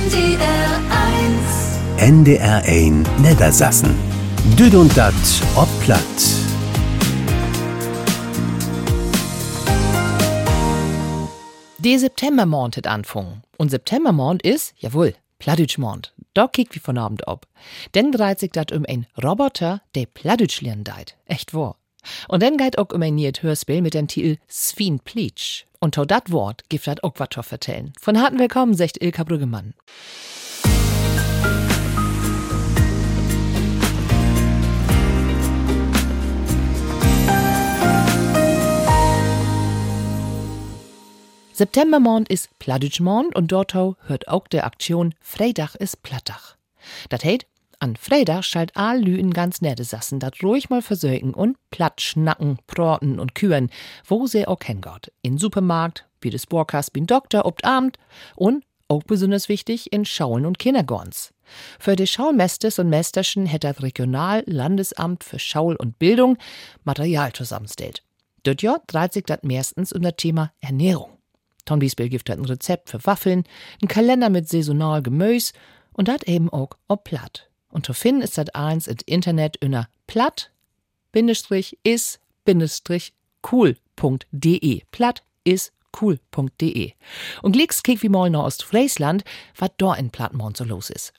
NDR1 Niedersassen. Düd und dat ob platt. Der Septembermond hat angefangen. Und Septembermond ist, jawohl, Plattdeutschmond. Da kickt wie von Abend ab. Denn dreht sich dat ein Roboter, der Plattdeutsch lernen deit. Echt wahr. Und dann geht auch ein neues Hörspiel mit dem Titel Svin Pleatsch. Und to dat Wort gibt dat auch was zu vertellen. Von harten Willkommen, sagt Ilka Brüggemann. Septembermond ist Plattdeutschmond und dort hört auch der Aktion Freitag ist Plattdach. Dat heißt, an Freitag schalt all Lü in ganz Niedersassen dat ruhig mal versöken und platt schnacken, praten und küren, wo sie auch hingeht. In Supermarkt, wie des Borkas, bin Doktor, obt Abend und, auch besonders wichtig, in Schauen und Kindergorns. Für die Schaulmesters und Mesterschen hätt das Regional-Landesamt für Schaul und Bildung Material zusammenstellt. Dort Jahr dreht sich dat meistens um das Thema Ernährung. Zum Beispiel gibt ein Rezept für Waffeln, ein Kalender mit saisonal Gemüse und dat eben auch ob platt. Und zu finden ist dat eins im Internet unter platt-is-cool.de. platt-is-cool.de. Und glicks kick wie mal nach Ostfriesland, was da in Plattmond so los ist.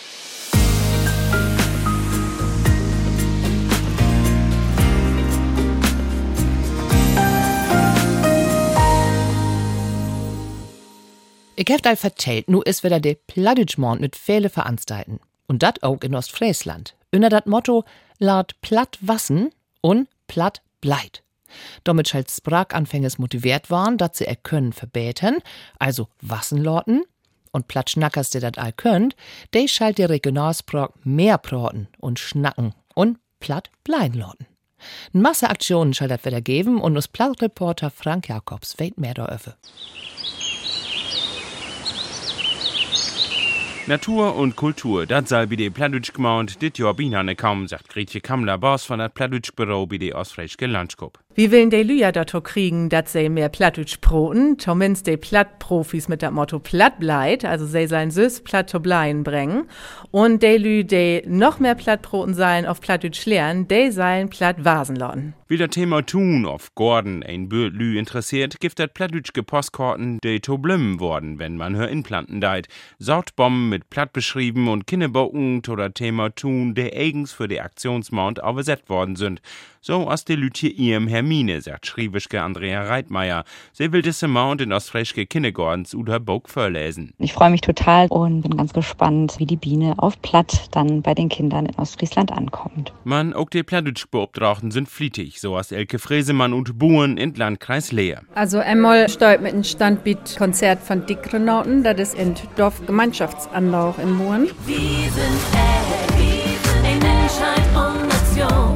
Ich hab all vertellt, nu is wieder der Plattdeutschmond mit viele Veranstalten. Und dat auch in Ostfriesland. Unter dat Motto, laut platt wassen und platt bleit. Damit schalt Sprakanfängers motiviert waren, dat sie können verbeten, also wassen lorten. Und platt Schnackers, der dat all könnt, de schalt die Regionalsprach mehr praten und schnacken und platt bleien lorten. N Masse Aktionen schalt dat wieder geben und us Plattreporter Frank Jakobs weht mehr da öffe. Natur und Kultur, das soll bei der Plattdeutschmond dit Jahr binane kaum, sagt Gretchen Kammler, Boss von der Plattdeutschbüro bei der Ostfriesische Landschap. Wie wollen die Lüja dazu kriegen, dass sie mehr Plattdeutsch proten, zumindest die Plattprofis mit dem Motto platt bleit, also sie sein süß platt zu bleien bringen. Und die Lü, die noch mehr Plattproten sein auf Plattdeutsch lernen, die sein platt wasen lassen. Wie das Thema Thun auf Gordon ein Lü interessiert, gibt das plattdütschke Postkarten, die to blimmen worden, wenn man hör Inplanten deit. Sautbomben mit platt beschrieben und Kinnebocken to das Thema Thun, die eigens für die Aktionsmond übersetzt worden sind. So aus der Lütje ihrem Hermine, sagt Schriwischke Andrea Reitmeier. Sie will das Mount in Ostfriesische Kindergordens oder Bock verlesen. Ich freue mich total und bin ganz gespannt, wie die Biene auf Platt dann bei den Kindern in Ostfriesland ankommt. Man, auch die Plattdeutsch-Beobtrachten sind flietig, so aus Elke Fresemann und Buren in Landkreis Leer. Also einmal steigt mit einem Standbiet-Konzert von Dick Renauten, das ist in Dorf Gemeinschaftsanlauf in Buren. Wir sind eine Menschheit und Nation.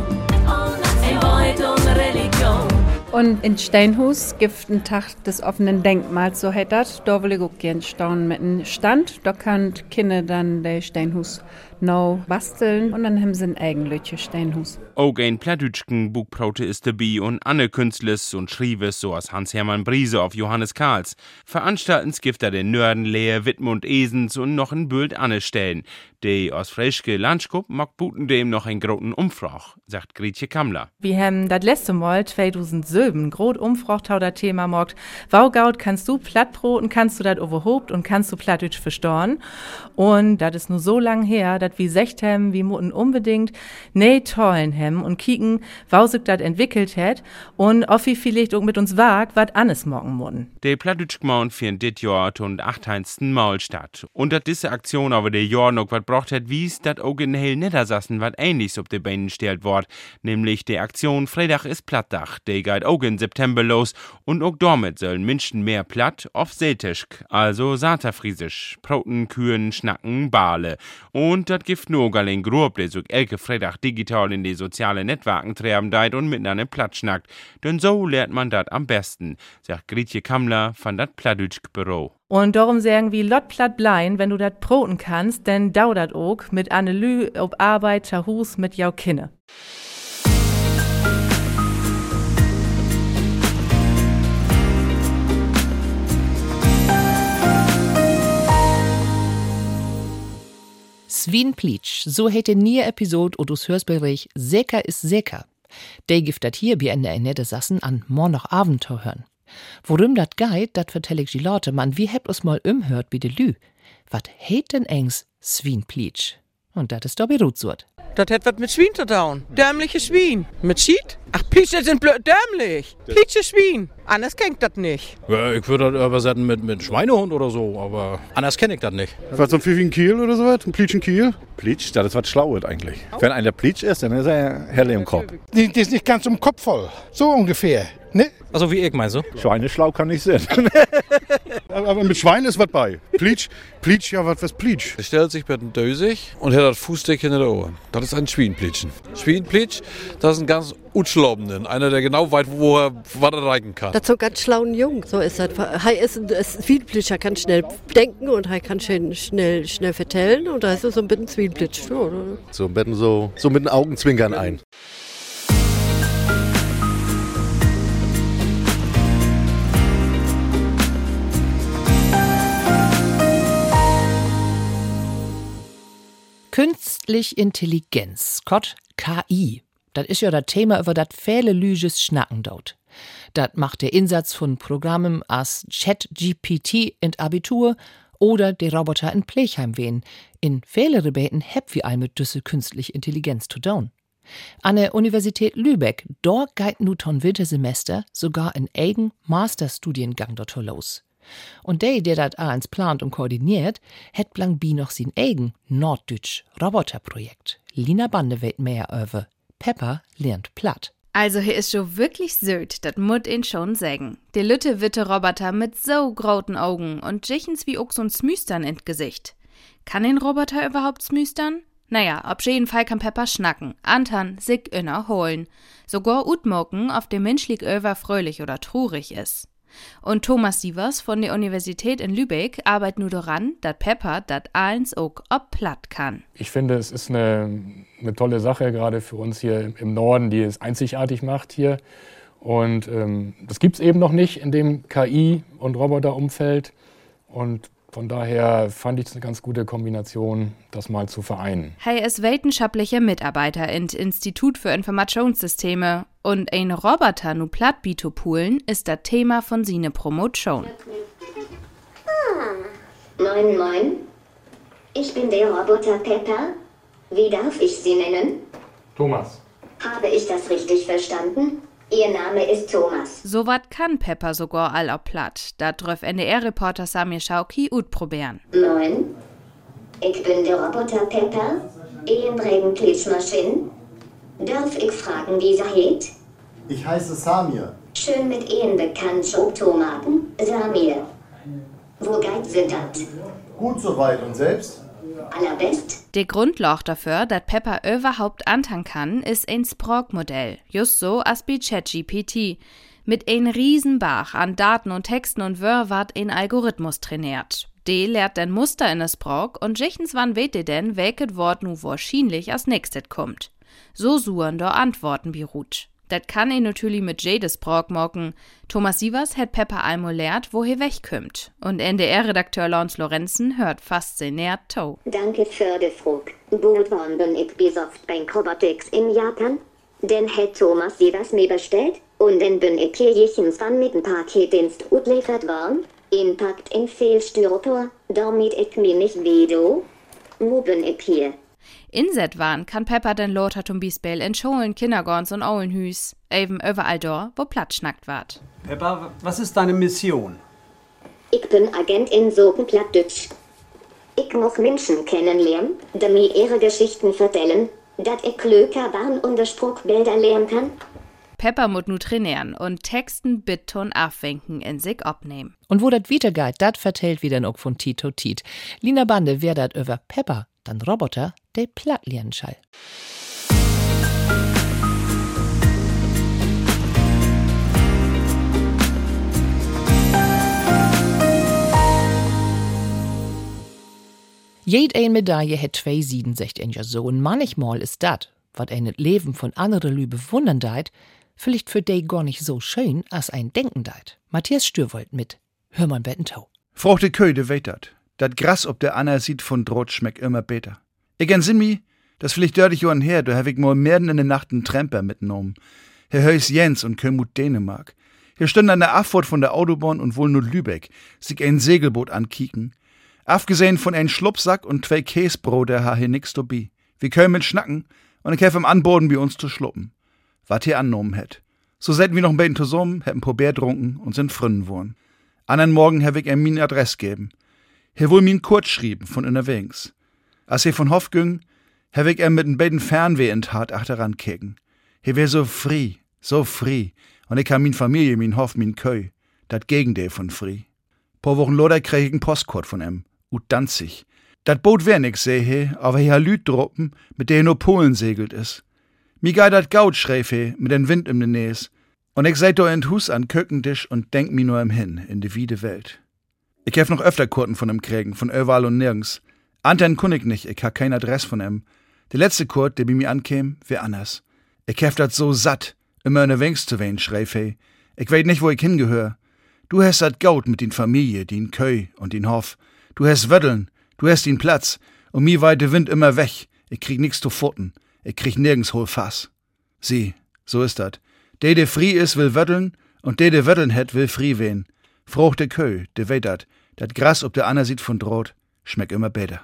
Und in Steinhus gibt einen Tag des offenen Denkmals, so hätt das. Da will ich auch gern staunen mit einem Stand. Da kann Kinder dann der Steinhus noch basteln und dann haben sie ein eigentliches Steinhus. Auch ein plattdütschken Buchbraute ist dabei und Anne Künstles und Schriebes, so als Hans-Hermann Briese auf Johannes Karls. Veranstalten gibt er den Nörden Leer, Wittmund Esens und noch ein Bild Anne stellen. Die Ostfriesische Landschap mag buten dem noch ein großen Umfrag, sagt Gretchen Kammler. Wir haben das letzte Mal 2007 groß Umfrag tau das Thema mogt. Waugaut kannst du Plattbroten, kannst du das überhaupt und kannst du Plattdeutsch verstorn? Und das ist nur so lang her, dass wir secht haben, wir mutten unbedingt tollen haben und kicken, wau sich das entwickelt hat und ob wir vielleicht auch mit uns wagt, wat annes morgen mutten. Der Plattdeutschmond findet dit Jahr und 18. Mal statt. Und dass diese Aktion aber der Jahr noch wat braucht hat, wies, dat auch in Hell Niedersassen wat ähnliches auf die Beine stellt wort, nämlich die Aktion Freitag ist Plattdach, der geht auch in September los und auch damit sollen Menschen mehr platt auf Sätischk, also Saterfriesisch, Proten, Kühen, Schnacken, Bale. Und dat gibt nur galen grob, der so elke Freitag digital in die sozialen Netzwerken treiben deit und miteinander platt schnackt. Denn so lernt man dat am besten, sagt Gretchen Kammler von dat Plattdeutschke Büro. Und darum sagen wir lot platt bleien, wenn du dat proten kannst, denn dauert auch mit Anne Lü ob Arbeit, Hus mit jau Kinne. Swienpleach, so hätte nie Episode odus Hörsbericht Säker ist Säker. Der gibt dat hier bei NDR Niedersachsen an Morgenabend hören. Worum dat geht, dat vertell ich die Leute, man, wie hebt us mal hört bi de Lü. Wat heit denn engs Swienpleach? Und dat ist dobi Rutsurt. Das hat was mit Schwein zu tun. Dämliche Schwein. Mit Schied? Ach, Pleache sind blöd dämlich. Pleache Schwein. Anders kennt das nicht. Ja, ich würde das übersetzen mit Schweinehund oder so, aber anders kenne ich das nicht. Was so viel wie ein Kiel oder so was? Ein Pleach-Kiel? Pleach, das ist was Schlaues eigentlich. Wenn einer Pleach ist, dann ist er helle im Kopf. Die ist nicht ganz um Kopf voll. So ungefähr. Ne? Also wie ich meinst du? Schweine schlau kann nicht sein. Aber mit Schwein ist was bei. Pleach, ja, was Pleach? Er stellt sich bei den Dösig und hat das Fußdeck hinter den Ohren. Das ist ein Schwienpleachen. Schwienpleach, das ist ein ganz unschlaubenden. Einer, der genau weiß, was er reichen kann. Das ist so ein ganz schlauen Jung. So ist das. Er ist ein Schwienpleach, kann schnell denken und er kann schnell vertellen. Und da ist so ein bisschen Schwienpleach. So ein bisschen so mit den Augenzwinkern ein. Künstlich Intelligenz, Gott KI. Das ist ja das Thema, über das viele Lüges schnacken dort. Das macht der Einsatz von Programmen als ChatGPT in Abitur oder der Roboter in Pflegeheim wehen. In viele Rebeten heb wir all mit düsse künstlich Intelligenz zu tun. An der Universität Lübeck, dort geht nu ton Wintersemester sogar ein eigen Masterstudiengang dort los. Und der dat eins plant und koordiniert, het blank bi noch sin eigen norddütsch Roboterprojekt. Lina Bande weet mehr über. Pepper lernt platt. Also hier ist schon wirklich süd, dat mut ihn schon sägen. Der lütte witte Roboter mit so groten Augen und jichens wie auch so'n Smüstern in Gesicht. Kann ein Roboter überhaupt smüstern? Naja, auf jeden Fall kann Pepper schnacken, Antan sich inner holen. Sogar utmoken, ob der menschlich över fröhlich oder trurig ist. Und Thomas Sievers von der Universität in Lübeck arbeitet nur daran, dass Pepper das eins auch ob platt kann. Ich finde, es ist eine tolle Sache, gerade für uns hier im Norden, die es einzigartig macht hier. Und das gibt es eben noch nicht in dem KI- und Roboterumfeld. Und von daher fand ich es eine ganz gute Kombination, das mal zu vereinen. Hey ist wissenschaftlicher Mitarbeiter im Institut für Informationssysteme und ein Roboter nu platt bitopulen ist das Thema von sine Promotion. Moin, moin. Ich bin der Roboter Pepper. Wie darf ich Sie nennen? Thomas. Habe ich das richtig verstanden? Ihr Name ist Thomas. So wat kann Pepper sogar all auf platt. Da dröf NDR-Reporter Samir Schauki probieren. Moin. Ich bin der Roboter Pepper. Ehenbringen Klitschmaschinen. Darf ich fragen, wie sie heißt? Ich heiße Samir. Schön mit Ihnen bekannt, Schotomaten, Samir. Wo geht sie dat? Gut soweit und selbst? Allerbest. Der Grundloch dafür, dass Pepper überhaupt antangen kann, ist ein Sprachmodell. Just so als bei ChatGPT. Mit ein Riesenbach an Daten und Texten und Wör ward ein Algorithmus trainiert. Der lehrt den Muster in das Sprach und jichens wann weet ihr denn, welches Wort nu wahrscheinlich als nächstes kommt. So suchen da Antworten beruht. Das kann ihn natürlich mit jedes Sprach mocken. Thomas Sievers hat Pepper einmal lehrt, wo er wegkommt. Und NDR-Redakteur Lons Lorenzen hört fasziniert to. Danke für die Frage. Gut waren ich bis oft bei Robotics in Japan. Den hat Thomas Sievers mir bestellt. Und dann bin ich hier jichens wann mit dem Paketdienst utliefert worden. Inpackt in viel Styropor, damit ich mir nicht wedo. Wo bin ich hier? Inset waren kann Pepper den Lothar zum Beispiel in Schulen, Kindergartens und Aulenhüs, eben überall da, wo Platz schnackt ward. Pepper, was ist deine Mission? Ich bin Agent in Plattdeutsch. Ich muss Menschen kennenlernen, damit ihre Geschichten vertellen, dass ich Klöker waren und Spruchbilder lernen kann. Pepper muss nu trainieren und Texten Bitton abwinken in sich abnehmen. Und wo dat weitergeht, dat vertellt wieder noch von Tito Tit. Lina Bande wer dat über Pepper, dann Roboter, der platt lernen schall. Jed ein Medaille het 2 Sieden, sagt ein ja so. Und manchmal ist dat, wat ein das Leben von anderen Lü bewundern deit, vielleicht für die gar nicht so schön, als ein Denken deit. Matthias Stürwold mit. Hör mal Bettentau. Fruchte Köde weht dat. Dat Gras ob der Anna sieht von Drot schmeckt immer besser. Ich entsinn mi, das vielleicht 30 Jahren her, da hab ich mal mitten in der Nacht einen Tramper mitgenommen. Hier heißt Jens und kömm ut Dänemark. Hier standen an der Abfahrt von der Autobahn und wohl nur Lübeck, sich ein Segelboot ankieken. Abgesehen von ein Schlupfsack und 2 Käsebrote ha hier nix dobi. Wir können mit schnacken und ich helfe ihm anborden, bei uns zu schluppen. Wat hier annommen hätt. So seid wir noch ein bisschen zusammen, hätten paar Bier trunken und sind Fründen worden. Anderen Morgen hab ich ihm min Adress geben. Hier wohl min kurz schrieben von unterwegs. Als er von Hof ging, hab ich ihm mit n beiden Fernweh in Tat achteran keken. Hier wär so frei. Und ich hab min Familie, min Hof, min Köy. Dat Gegenteil von frei. Paar Wochen loder krieg ich n Postkort von ihm. Ut Danzig. Dat Boot wär nix, seh he, aber hier Lüd droppen, mit der nur Polen segelt is. Mi gei dat Gaut, schreif he, mit den Wind im de Näs. Und ich seit do in Hus an Kökentisch und denk mi nur im Hin, in de wiede Welt. Ich hef noch öfter Kurten von ihm kriegen, von überall und nirgends. Anten kun ich nicht, ich ha kein Adress von ihm. Der letzte Kurt, der bei mir ankäm, wär anders. Ich hef dat so satt, immer unterwegs zu wehen, schreif he. Ich weet nicht, wo ich hingehör. Du hast dat Gaut mit din Familie, din Köy und din Hof. Du hast Wöddeln, du hast din Platz. Und mi weit de Wind immer weg. Ich krieg nix zu futten. Ich krieg nirgends hol Fass. Sieh, so ist dat. Der fri is, will wöddeln, und der wöddeln het, will fri wehen. Froch de Köy, de weet dat. Dat Gras ob der Anna sieht von Droht, schmeckt immer besser.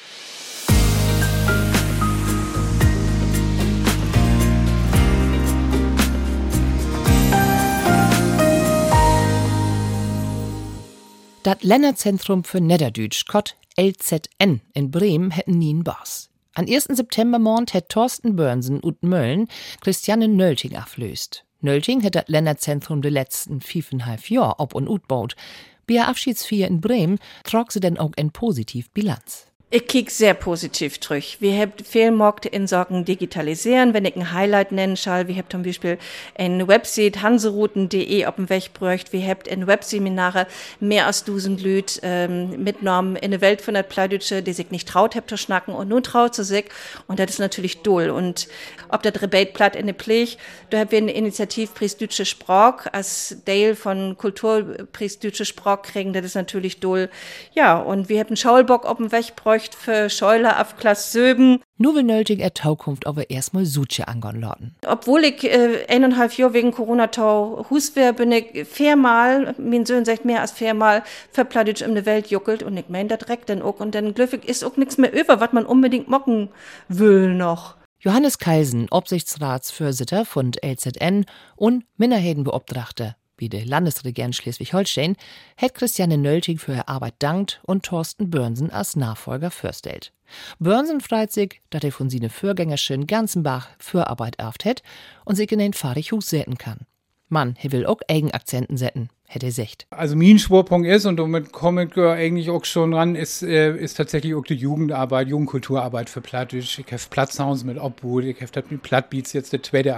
Das Länderzentrum für Niederdütsch, Kott LZN in Bremen, hätten nie einen Boss. Am 1. Septembermorgen hätt Thorsten Börnsen und Mölln Christiane Nölting aflöst. Nölting hätt das Länderzentrum de letzten 5,5 Jahr ob- und utbaut. Bei der Abschiedsfeier in Bremen trug sie denn auch eine positiv Bilanz. Ich kiek sehr positiv zurück. Wir haben viel Markt in Sachen Digitalisieren. Wenn ich ein Highlight nennen soll, wir haben zum Beispiel eine Website hanserouten.de auf dem Weg gebracht. Wir haben in Webseminare mehr als 1000 Leute mitgenommen in eine Welt von der Plattdeutsche, die sich nicht traut hat zu schnacken und nun traut sie sich. Und das ist natürlich doll. Und ob das Rebateblatt in der Pflege, da haben wir eine Initiativpreis Deutsche Sprache als Teil von Kulturpreis Deutsche Sprache kriegen. Das ist natürlich doll. Ja, und wir haben einen Schaulbock auf dem Weg gebracht für Scheuler auf Klasse 7. Nur will Nölting Taukunft aber erstmal Suche angehen lassen. Obwohl ich 1,5 Jahre wegen Corona-Tau Hus wär, bin ich viermal, mein Sohn sagt mehr als viermal, für Plattdeutsch in der Welt juckelt und ich mein, das direkt dann auch. Und dann glücklich ist auch nichts mehr über, was man unbedingt mocken will noch. Johannes Kaisen, Obsichtsratsvorsitter von LZN und Minderheitenbeobtrachter wie der Landesregierung Schleswig-Holstein, hat Christiane Nölting für ihre Arbeit dankt und Thorsten Börnsen als Nachfolger vorstellt. Börnsen freut sich, dass er von seinen Vorgängerschen Ganzenbach Vorarbeit erft hat und sich in den Fahrrichhus setzen kann. Mann, er will auch Eigenakzenten setzen, hätte er gesagt. Also mein Schwerpunkt ist, und damit komme ich eigentlich auch schon ran, ist tatsächlich auch die Jugendarbeit, Jugendkulturarbeit für Plattdeutsch. Ich habe Platzhaus mit Obwohl, ich habe das mit Plattbeats jetzt der zweite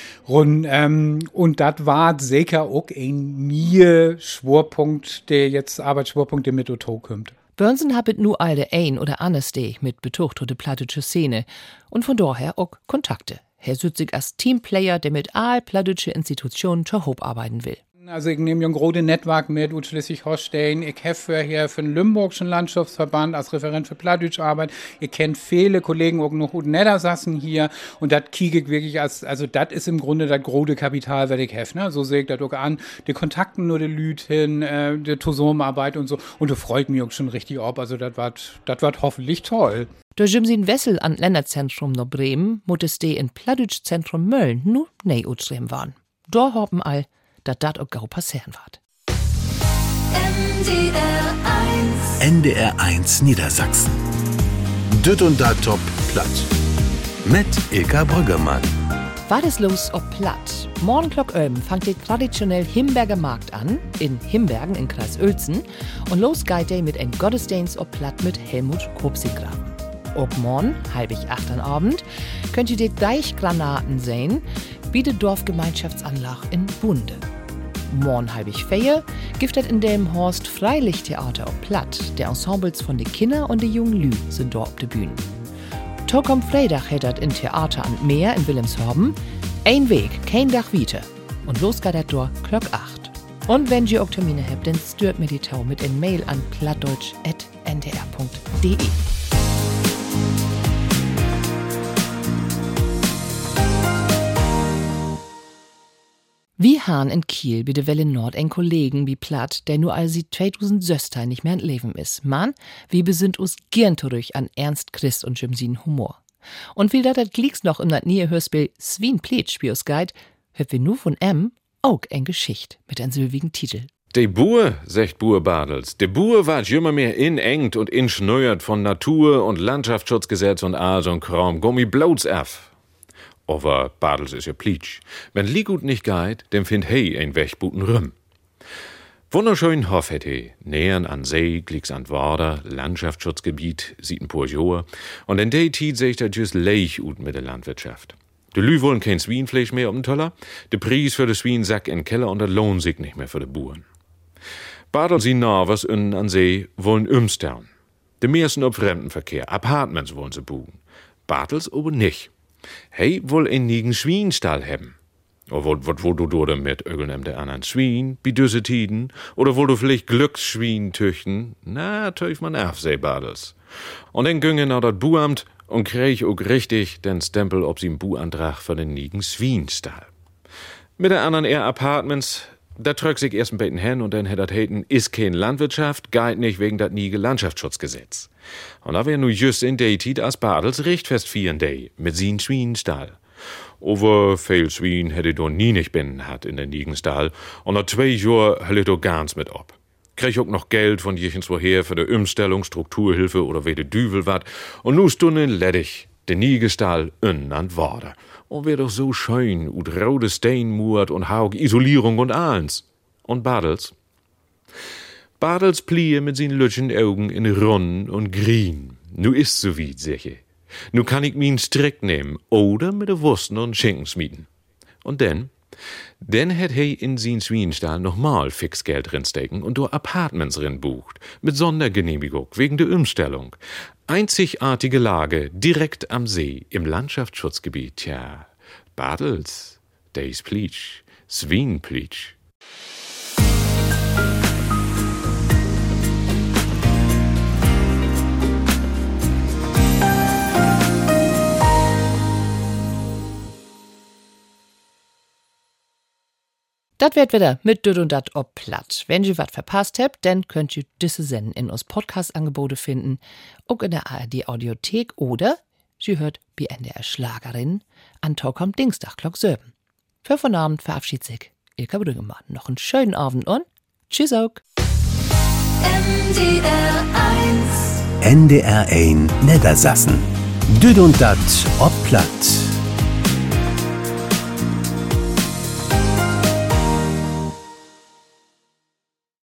Runde. Und das war sicher auch ein mir Schwerpunkt, der jetzt Arbeitsschwerpunkt, der mit Otto kommt. Börnsen habet nur alle ein oder anders Day mit betucht der plattdeutsche Szene und von daher auch Kontakte. Er sieht sich als Teamplayer, der mit all plattdeutsche Institutionen zur Hope arbeiten will. Also ich nehme ein großes Netzwerk mit aus Schleswig-Holstein. Ich habe hier für den Limburgischen Landschaftsverband als Referent für Plattdeutsche Arbeit. Ich kenne viele Kollegen auch noch aus Niedersachsen hier. Und das kriege ich wirklich also das ist im Grunde das große Kapital, was ich habe. Ne? So sehe ich das auch an. Die Kontakten nur die Leute hin, die Zusammenarbeit und so. Und das freut mich auch schon richtig ab. Also das wird hoffentlich toll. Durch sin Wessel an Länderzentrum no Bremen, muttest de in Plattdeutsch-Zentrum Mölln nu nei utschreiben waren. Da hoffen all, dat auch gau passieren ward. NDR 1 Niedersachsen. Düt und dat top platt. Mit Ilka Brüggemann. War es los ob platt? Morgen Glock fangt der traditionell Himberger Markt an, in Himbergen in Kreis Uelzen, und los geht der mit ein Gottesdienst ob platt mit Helmut Kopsigraf. Ob morgen, 7:30 am Abend, könnt ihr die Deichgranaten sehen, wie die Dorfgemeinschaftsanlage in Bunde. Morgen 3:30 giftet in dem Horst Freilichttheater auf Platt. Der Ensembles von den Kindern und den jungen Lü sind dort auf der Bühne. Tokom Freitag hättet in Theater an Meer in Wilhelmshaven. Ein Weg, kein Dach weiter. Und los geht das durch Glock 8. Und wenn ihr auch Termine habt, dann stört mir die Tau mit ein Mail an plattdeutsch@ndr.de. Wie Hahn in Kiel bei der Welle Nord ein Kollegen wie Platt, der nur als 2016 nicht mehr in Leben ist. Mann, wir besinnt uns gern zurück an Ernst Christ und Jimsin Humor. Und wie das glieks noch im dat nie Hörspiel Swien Pleetsch wie us Guide, hört wir nur von auch ein Geschicht mit einem sylvigen Titel. De Buhr, sagt Buhr Bartels, de Buhr war immer mehr inengt und inschneuert von Natur- und Landschaftsschutzgesetz und all so'n Kram, Gummi bloß af. Aber Bartels ist ja Pleetsch. Wenn Ligut nicht geht, dann find hey ein Wegboten rüm. Wunderschön Hof hätt he, nähern an See, glieks an Wader, Landschaftsschutzgebiet, sieht ein paar Johr, und in der Tid seht er just leich ut mit der Landwirtschaft. De Lü wollen kein Swienfleisch mehr um den Teller, de Preis für de Swiensack in Keller und der Lohn sich nicht mehr für de Buren. Bartels sie Narvers innen an See wollen umstern. De meisten ob Fremdenverkehr, Apartments wollen sie buchen. Bartels aber nicht. Hey woll in nigen Schwienstall hebben. Oder wo du damit irgendeinem der anderen Schwien, wie düsse Tiden, oder wo du vielleicht Glücksschwien tüchten, na, töf man af, sei Bartels. Und dann gingen nach dat Buamt und krieg auch richtig den Stempel ob sie im Buantrag für den nigen Schwienstall. Mit der anderen eher Apartments, da tröck sich erst ein bisschen hin und dann hätt heten, is kein Landwirtschaft, geht nicht wegen dat niege Landschaftsschutzgesetz. Und da wär nu just in der Tid as Bartels richtfest vieren day, mit sin Schwienstall. Aber viel Schwien hätte do nie nicht binnen hat in den Niegenstall, und nach 2 Jahr hält do ganz mit ob. Krieg auch noch Geld von jichens woher für de Umstellung, Strukturhilfe oder wede Düvel wat, und nu stunden ledig den Niegestall innen an Wader. Und wär doch so schön, ut rode Steinmuert und Haug Isolierung und allens. Und Bartels pliehe mit sin lütschen Augen in Runnen und Grien. Nu ist so wie, sicher. Nu kann ich min Strick nehmen oder mit de Wursten und Schinken schmieden. Und denn hätt he in sin Schwienstall nochmal Fixgeld drinstecken und do Apartments rin bucht, mit Sondergenehmigung wegen der Umstellung. Einzigartige Lage, direkt am See, im Landschaftsschutzgebiet. Tja, Bartels, der is Pleetsch, Swien Pleetsch. Das wird wieder mit Düt und Dat ob Platt. Wenn ihr was verpasst habt, dann könnt ihr diese Senden in uns Podcast-Angebote finden, auch in der ARD-Audiothek oder sie hört wie NDR Schlagerin an Tau kommt Dienstag Glock 7. Für von Abend verabschiedet sich Ilka Brüggemann. Noch einen schönen Abend und tschüss auch. NDR 1 Niedersachsen. Düt und Dat ob Platt.